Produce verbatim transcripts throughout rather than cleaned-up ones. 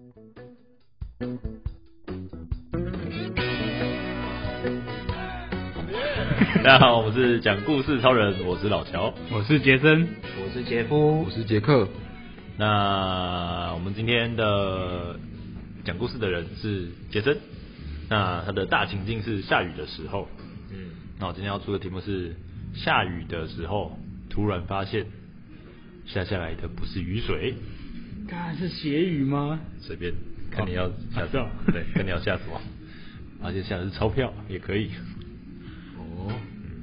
大家好，我是讲故事超人，我是老乔， 我是杰森， 我是杰夫， 我是杰克。 那我们今天的讲故事的人是杰森，那他的大情境是下雨的时候。嗯，那我今天要出的题目是下雨的时候突然发现下下来的不是雨水， 看是血雨吗？ 随便看你要下什么，哦、对，看你要下什么。发现下的是钞票也可以。 哦。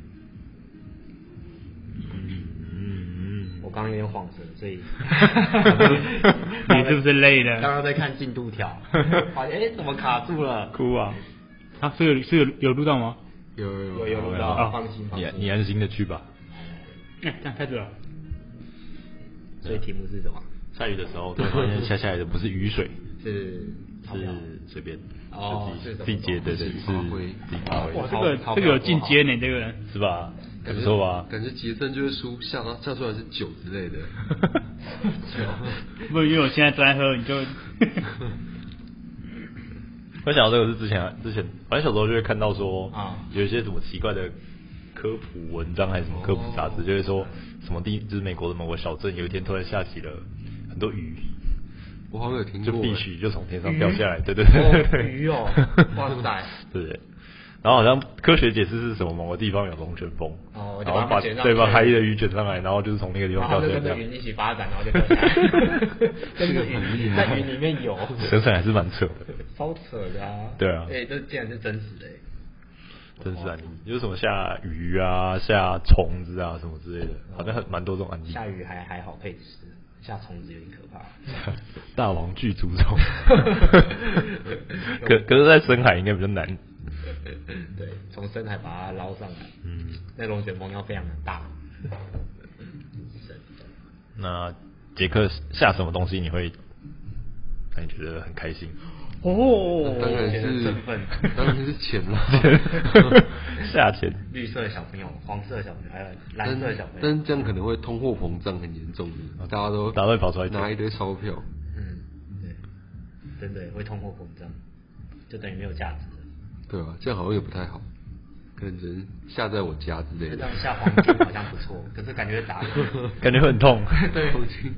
我刚刚有点晃神，所以你是不是累了？ 刚刚在看进度条，发现哎怎么卡住了？ 哭啊！啊，是有是有有录到吗？ 有有有有录到，放心放心。 你你安心的去吧。 哎，这样开始了。 所以题目是什么？ 下雨的时候，突然发现下下来的不是雨水， 是是随便哦， 自己自己接，对对，是自己发挥。 哇，这个这个有进阶呢，这个人是吧？感不错吧？ 感觉杰森就是输下下出来是酒之类的。 不，因为我现在正在喝，你就。 我想到这个是之前之前，反正小时候就会看到说， 啊， 有一些什么奇怪的科普文章还是什么科普杂志，就会说什么地就是美国的某个小镇有一天突然下起了很多雨。 我好像有听过， 就必须就从天上掉下来，对对对， 鱼哦，哇塞， 对对。然后好像科学解释是什么某个地方有龙卷风， 哦， 然后把对把海里的鱼卷上来，然后就是从那个地方掉下来， 然后就跟着云一起发展，然后就掉下来，跟着云在云里面游， 想想还是蛮扯的， 超扯的啊， 对啊， 哎，这竟然是真实的， 真实案例，有什么下鱼啊、下虫子啊什么之类的，好像很蛮多这种案例。 下雨还还好配吃，下虫子有点可怕。 大王巨足虫，可可是，在深海应该比较难。 对，从深海把它捞上来，嗯，那龙卷风要非常的大。 那杰克下什么东西你会让你觉得很开心？ 哦， 当然是振奋， 当然是钱了。 下钱， 绿色的小朋友、黄色的小朋友，还有蓝色的小朋友。 但是这样可能会通货膨胀很严重的，大家都大家都会跑出来拿一堆钞票。 嗯，对，真的会通货膨胀，就等于没有价值了。 对啊，这样好像也不太好，可能只能下在我家之类的。 这样下黄金好像不错，可是感觉打感觉会很痛。 对， 黄金。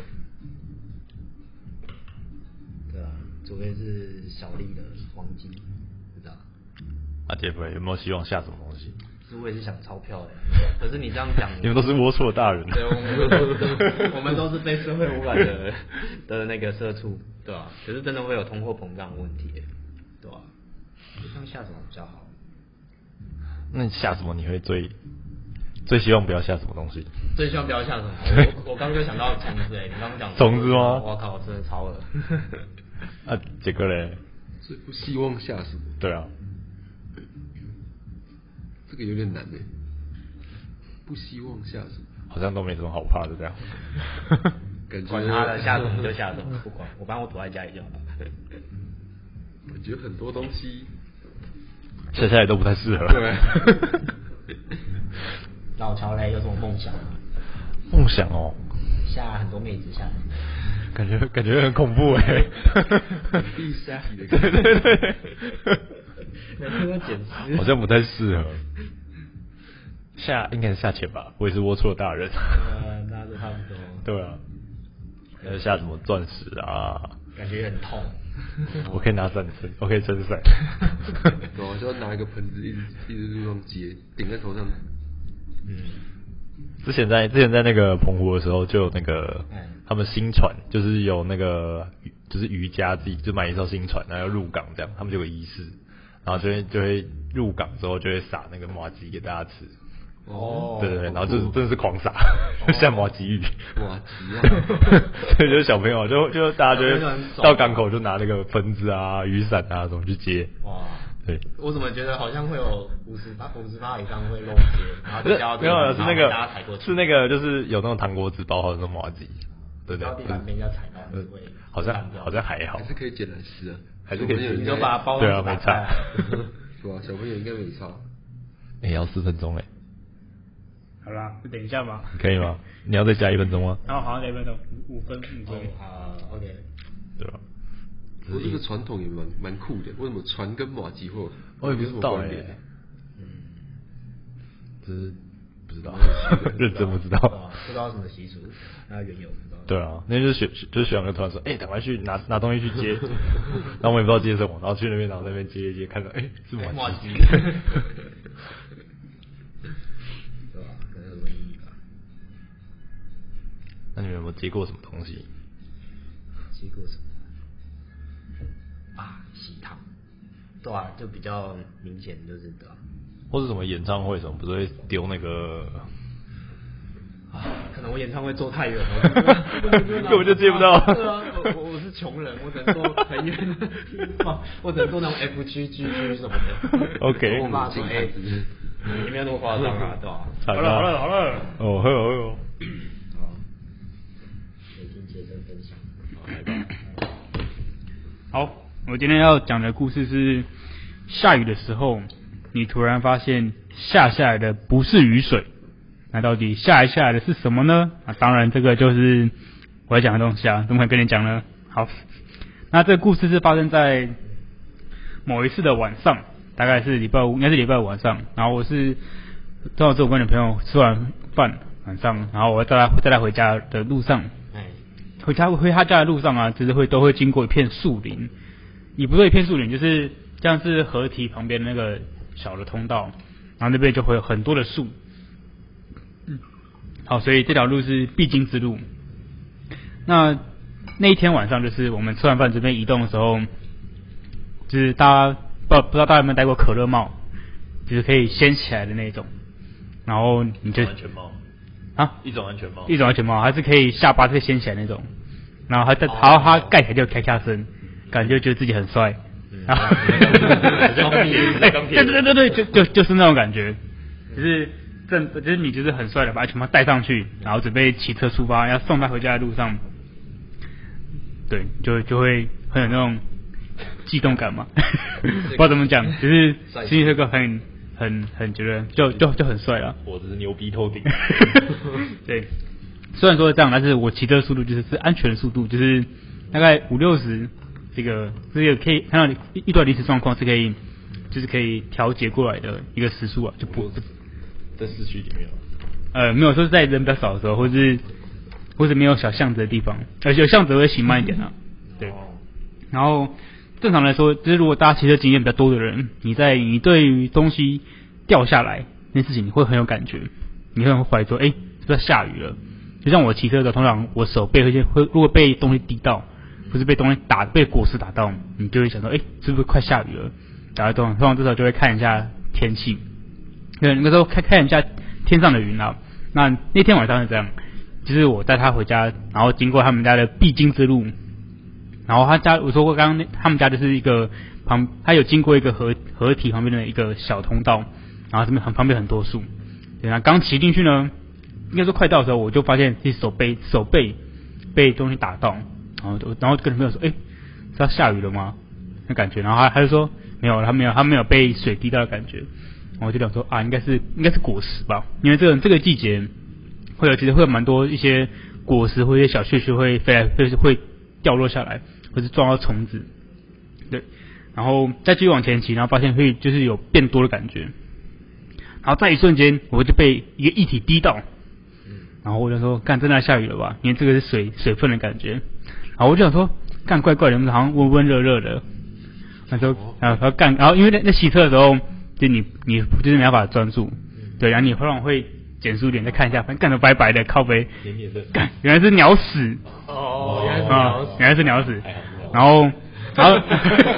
对啊，除非是小粒的黄金，不知道。 啊，杰夫有没有希望下什么东西？ 其实我也是想钞票的，可是你这样讲， 你们都是龌龊的大人。 对，我们都是我们都是被社会污染的的那个社畜，对吧？可是真的会有通货膨胀的问题，对吧？就像下什么比较好？ 那你下什么你会最最希望不要下什么东西？ 最希望不要下什么？我我刚刚就想到虫子哎，你刚刚讲虫子吗？ 我靠，真的超恶。 啊，杰哥嘞？ 最不希望下什么？ 对啊， 这个有点难诶。不希望下什么？ 好像都没什么好怕的这样。 感觉管他的，下什么就下什么，不管，我反正我躲在家里就好了。 感觉很多东西下下来都不太适合。 对。 老乔嘞有什么梦想吗？ 梦想哦， 下很多妹子下来， 感觉感觉很恐怖哎。 必杀体的感觉。对对对。 那个简直好像不太适合。下应该是下钱吧，我也是龌龊的大人。 呃，那就差不多。 对啊。要下什么钻石啊？ 感觉很痛。 我可以拿伞撑，我可以撑伞。 对啊，就要拿一个盆子一直一直路上接，顶在头上。 嗯。之前在之前在那个澎湖的时候，就有那个、嗯、他们新船，就是有那个就是渔家自己就买一艘新船，然后要入港这样，他们就有仪式，然后就会就会入港之后就会撒那个麻糬给大家吃。 哦， 对对对，然后就是真的是狂撒，下麻糬雨， 麻糬啊， 所以就是小朋友就就大家就会到港口就拿那个盆子啊、雨伞啊什么去接。哇，对， 我怎么觉得好像会有五十八五十八以上会漏接，然后就交没有是那个是那个就是有那种糖果纸包好的那种麻糬，对对， 地板被人家踩到会， 好像好像还好， 还是可以捡来吃啊， 还是可以吃， 你就把它包对啊，没差， 对啊，小朋友应该没差， 也要四分钟哎。 好啦，就等一下吧。 可以吗？你要再加一分钟吗？ 然后好像两分钟，五分五分。 啊 ，OK。 对吧？ 我这个传统也蛮蛮酷的，为什么船跟马吉会有？ 我也不知道哎、 欸， 嗯，只是不知道，认真不知道， 不知道什么习俗，那缘由不知道。 对啊，那就是学就是学长就突然说，哎、欸，赶快去拿拿东西去接，然后我也不知道接什么，然后去那边然后在那边接接接，看到哎、欸、是马吉， 对吧？可能有什么意义吧？ 那你们有没有接过什么东西？ 接过什么？啊，喜糖，对啊，就比较明显就是对吧？ 或是什么演唱会什么，不是会丢那个？ 啊，可能我演唱会坐太远了， 根本就接不到。 对啊，我我是穷人，我只能坐很远的地方，我只能坐那种 F G G G 什么的。 OK， 我爸说，哎，你没有那么夸张啊，对吧？ 好了好了好了， 哦嘿哦嘿哦。 好，可以听杰森分享。 好，来吧。 好，我今天要讲的故事是下雨的时候，你突然发现下下来的不是雨水。那到底下来下来的是什么呢？啊，当然这个就是我要讲的东西啊，怎么会跟你讲呢？好，那这个故事是发生在某一次的晚上，大概是礼拜五，应该是礼拜五晚上。然后我是正好是我跟女朋友吃完饭晚上，然后我带她带她回家的路上，回家回她家的路上啊，就是会都会经过一片树林，也不是一片树林，就是像是河堤旁边那个小的通道，然后那边就会有很多的树。嗯，好，所以这条路是必经之路。那那一天晚上，就是我们吃完饭这边移动的时候，就是大家不不知道大家有没有戴过可乐帽，就是可以掀起来的那种，然后你就安全帽啊， 一种安全帽， 一种安全帽，还是可以下巴可以掀起来那种，然后还在，然后它盖起来就咔咔声，感觉觉得自己很帅。然后，对对对对，就就就是那种感觉，就是正就是你就是很帅的把安全帽戴上去，然后准备骑车出发，要送他回家的路上，对，就就会很有那种悸动感嘛，不知道怎么讲，就是心里这个很很很觉得就就就很帅了。 我只是牛逼透顶。 对，虽然说这样，但是我骑车速度就是是安全的速度，就是大概五六十。这个这个可以看到一段临时状况是可以，就是可以调节过来的一个时速啊，就不在市区里面。 呃，没有说在人比较少的时候，或是或是没有小巷子的地方，而且有巷子会行慢一点啊。对。然后正常来说，就是如果大家骑车经验比较多的人，你在你对于东西掉下来那事情，你会很有感觉，你会怀疑说，哎，是不是下雨了？就像我骑车的，通常我手背会会如果被东西滴到。不是被东西打，被果实打到，你就会想说，哎、欸，是不是快下雨了？然后通常这时候就会看一下天气，对，那时候看看一下天上的云啊。那那天晚上是这样，就是我带他回家，然后经过他们家的必经之路，然后他家我说过，刚刚他们家就是一个旁，他有经过一个河河堤旁边的一个小通道，然后这边很旁边很多树。对，那刚骑进去呢，应该说快到的时候，我就发现自己手背手背被东西打到。然后，然后跟女朋友说：“哎、欸，是要下雨了吗？”那感觉，然后他他就说：“没有，他没有，他没有被水滴到的感觉。”然后我就想说：“啊，应该是应该是果实吧，因为这个这个季节会有其实会有蛮多一些果实或一些小屑屑会飞来会会掉落下来，或是撞到虫子。对，然后再继续往前骑，然后发现会就是有变多的感觉，然后在一瞬间我就被一个液体滴到，然后我就说：干，真的要下雨了吧？因为这个是水水分的感觉。然后我就想说，干怪怪的，好像温温热热的。那时候，然后干，然后因为那那洗车的时候，就你你就是没办法专注，对，然后你忽然会减速一点，再看一下，反正干得白白的，靠背，干，原来是鸟屎。 哦，原来是鸟屎，原来是鸟屎。然后，然后，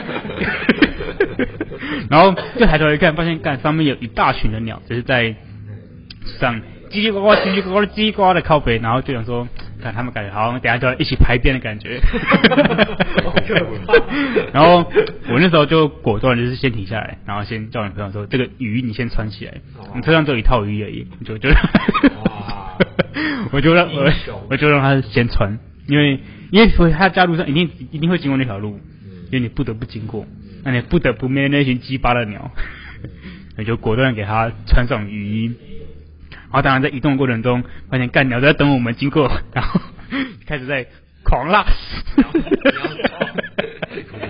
然后就抬头一看，发现干上面有一大群的鸟，就是在上叽叽呱呱、叽叽呱呱、叽叽呱呱的靠背，然后就想说。看他们感觉好像等一下就要一起排便的感觉，然后我那时候就果断就是先停下来，然后先叫女朋友说：“这个雨衣你先穿起来，你车上只有一套雨衣而已。”就就，我就让我我就让他先穿，因为因为他家路上一定一定会经过那条路，因为你不得不经过，那你不得不面对那群鸡巴的鸟，我就果断给他穿上雨衣。然后当然在移动的过程中，发现干鸟在等我们经过，然后开始在狂拉屎。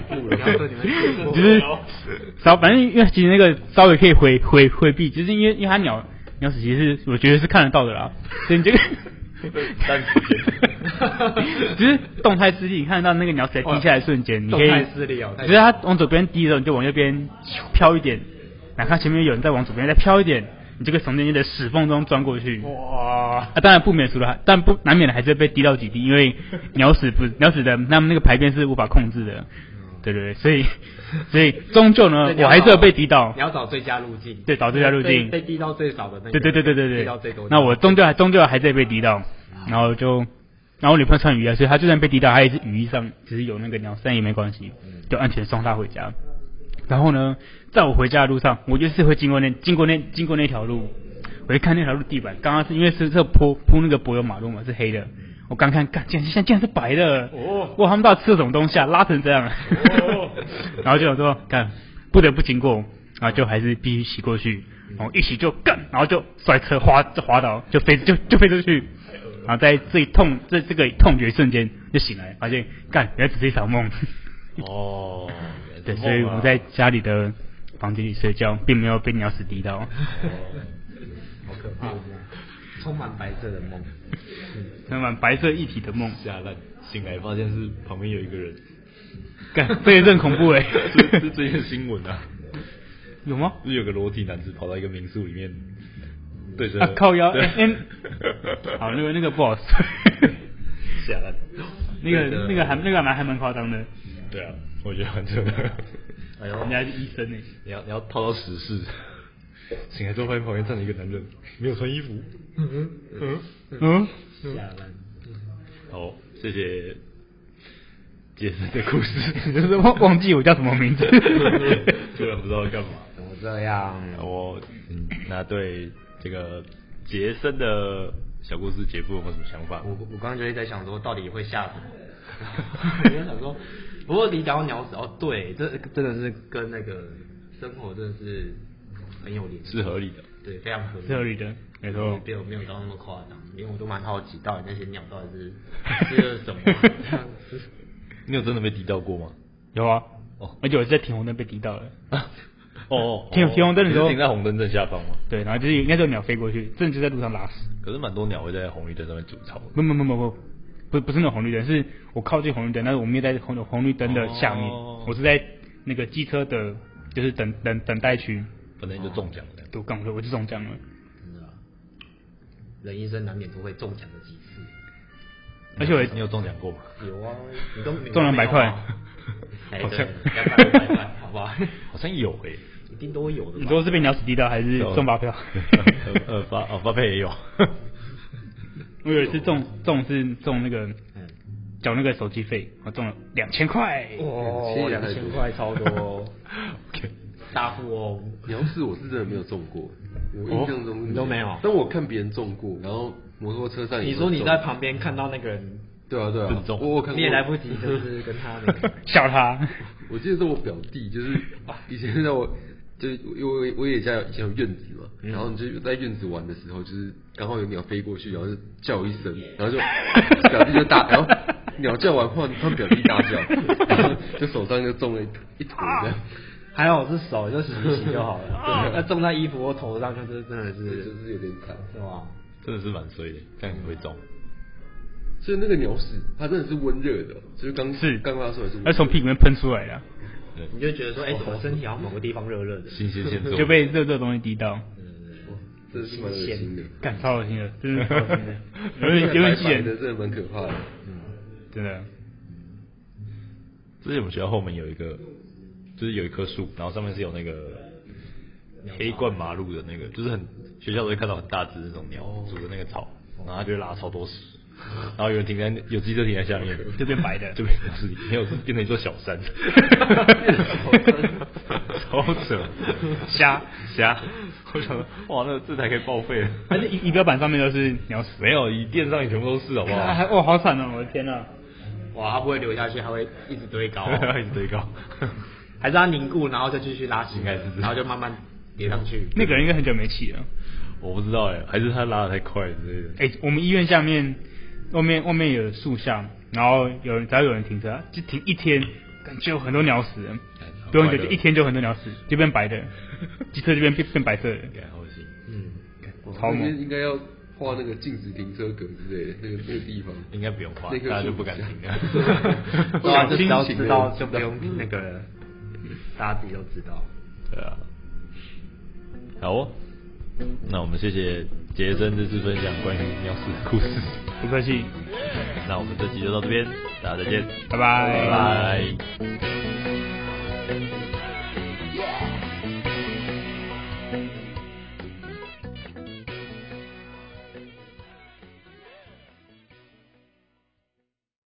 就是稍反正因为其实那个稍微可以回回回避，就是因为因为它鸟鸟屎其实是我觉得是看得到的啦，所以你这个。 但只是动态视力，你看得到那个鸟屎滴下来的瞬间，你可以， 动态视力哦， 只是它往左边滴的时候，你就往右边飘一点，哪看前面有人在往左边再飘一点，你这个从那边的屎缝中钻过去。哇！啊，当然不免俗了，但不难免的还是会被滴到几滴，因为鸟屎不鸟屎的，那么那个排便是无法控制的。对对对，所以所以终究呢，我还是会被滴到。 你要找最佳路径。 对，找最佳路径。 被滴到最少的那个。 对对对对对对。 滴到最多。 那我终究还终究还是会被滴到，然后就，然后我女朋友穿雨衣，所以她就算被滴到，她也是雨衣上其实有那个鸟屎也没关系，就安全送她回家。然后呢，在我回家的路上，我就是会经过那经过那经过那条路，我一看那条路地板，刚刚是因为是这铺铺那个柏油马路嘛，是黑的。我刚看，干，竟然现在竟然是白的！哦，哇，他们到底吃了什么东西啊？拉成这样！哦，然后就想说，干，不得不经过，然后就还是必须骑过去，然后一骑就干，然后就摔车滑就滑倒，就飞就就飞出去，然后在最痛这这个痛觉瞬间就醒来，发现干，原来只是一场梦。 哦， 对，所以我在家里的房间里睡觉，并没有被鸟屎滴到。哦， 好可怕！充满白色的梦， 充满白色一体的梦。 下烂，醒来发现是旁边有一个人， 干，这也是很恐怖哎、 欸。这是最近的新闻啊。 有吗？ 就是有个裸体男子跑到一个民宿里面，对着、 啊、靠腰，哎、欸欸，好，那个那个不好说。 下烂， 那个那个还那个蛮还蛮夸张的。 对啊，我觉得很扯的。 哎呦，人家是医生哎、欸， 你要你要套到时事。醒来之后发现旁边站着一个男人，没有穿衣服。嗯嗯嗯， 下烂。 好，谢谢杰森的故事。 就是忘忘记我叫什么名字， 突然不知道干嘛。 怎么这样？ 我嗯，那对这个杰森的小故事节目有没有什么想法？ 我我刚刚就在想说，到底会下什么？我就想说，不过你讲到鸟屎哦，对，这真的是跟那个生活真的是。很有联系， 是合理的， 对，非常合理， 是合理的，没错， 没有没有到那么夸张，因为我都蛮好奇，到底那些鸟到底是是什么这样子。 你有真的被滴到过吗？ 有啊， 哦， 而且我是在停红灯被滴到了。 哦， 停停红灯的时候， 停在红灯正下方吗？ 对，然后就是应该是有鸟飞过去，真的就在路上拉屎。 可是蛮多鸟会在红绿灯上面筑巢。 不不不不不，不不是那种红绿灯，是我靠近红绿灯，但是我没有在红红绿灯的下面，哦、我是在那个机车的，就是等等等待区。 反正就中奖了， 都刚说我就中奖了， 真的、啊，人一生难免都会中奖的几次。 而且我你有中奖过吗？ 有啊，你都中两百块， 好像两百五百块，好不好？ 好像有诶、欸， 一定都会有的。 你说是被鸟屎滴到还是中发票？ 呃发哦发票也有。 我有一次中中是中那个缴那个手机费，我中了两千块， 哇，两千块超多、哦。 okay. 大富翁， 鸟屎我是真的没有中过，我印象中、 哦、你都没有。 但我看别人中过，然后摩托车上也你说你在旁边看到那个人， 对啊对啊， 中我我看过， 你也来不及就是跟他那个笑他。 我记得是我表弟，就是以前在我就因为我爷爷家以前有院子嘛，嗯、然后你就在院子玩的时候，就是刚好有鸟飞过去，然后就叫一声，然后就表弟就大，然后鸟叫完换换表弟大叫，然后就手上就中了一一坨这样。 还好是手，就洗一洗就好了。那中在衣服或头上，就是真的是， 就是有点惨， 是吧？ 真的是蛮衰的，这样你会中。 所以那个鸟屎，它真的是温热的，就是刚是刚拉出来是， 它从屁股里面喷出来的。 你就觉得说，哎、欸，我身体好像某个地方热热的， 新鲜现做， 就被热热东西滴到。 嗯，真的是蛮恶心的， 干超恶心的，真的超恶心的，有点有点气人的，真的蛮可怕的， 嗯，真的。 之前我们学校后面有一个。就是有一棵树，然后上面是有那个黑冠麻鹭的那个，就是很学校都会看到很大只那种鸟煮的那个草，然后它就会拉超多屎，然后有人停在有机车停在下面， 就变白的， 就变成是没有是变成一座小山，超扯， 虾虾，我想说哇，那这台可以报废了， 还是仪仪表板上面都是鸟屎？ 没有，仪垫上也全部都是，好不好？ 还哇，好惨哦！我的天哪！ 哇，它不会流下去，它会一直堆高、哦， 一直堆高。 还是它凝固，然后再继续拉起， 应该是， 然后就慢慢叠上去。 那个人应该很久没骑了， 我不知道哎，还是他拉得太快之类的。 哎、欸，我们医院下面外面外面有树下，然后有人只要有人停车，就停一天， 感觉有很多鸟死了，不用一个一天就很多鸟死，就变白的，机车就变变变白色的， 好恶心。 嗯，超猛。 应该要画那个禁止停车格之类的，那个那个地方应该不用画，大家就不敢停了。 对啊，就只要知道就不用那个，大家自己都知道。 对啊。好哦，那我们谢谢杰森这次分享关于鸟死的故事。 不客气。 那我们这期就到这边，大家再见， 拜拜。 拜拜。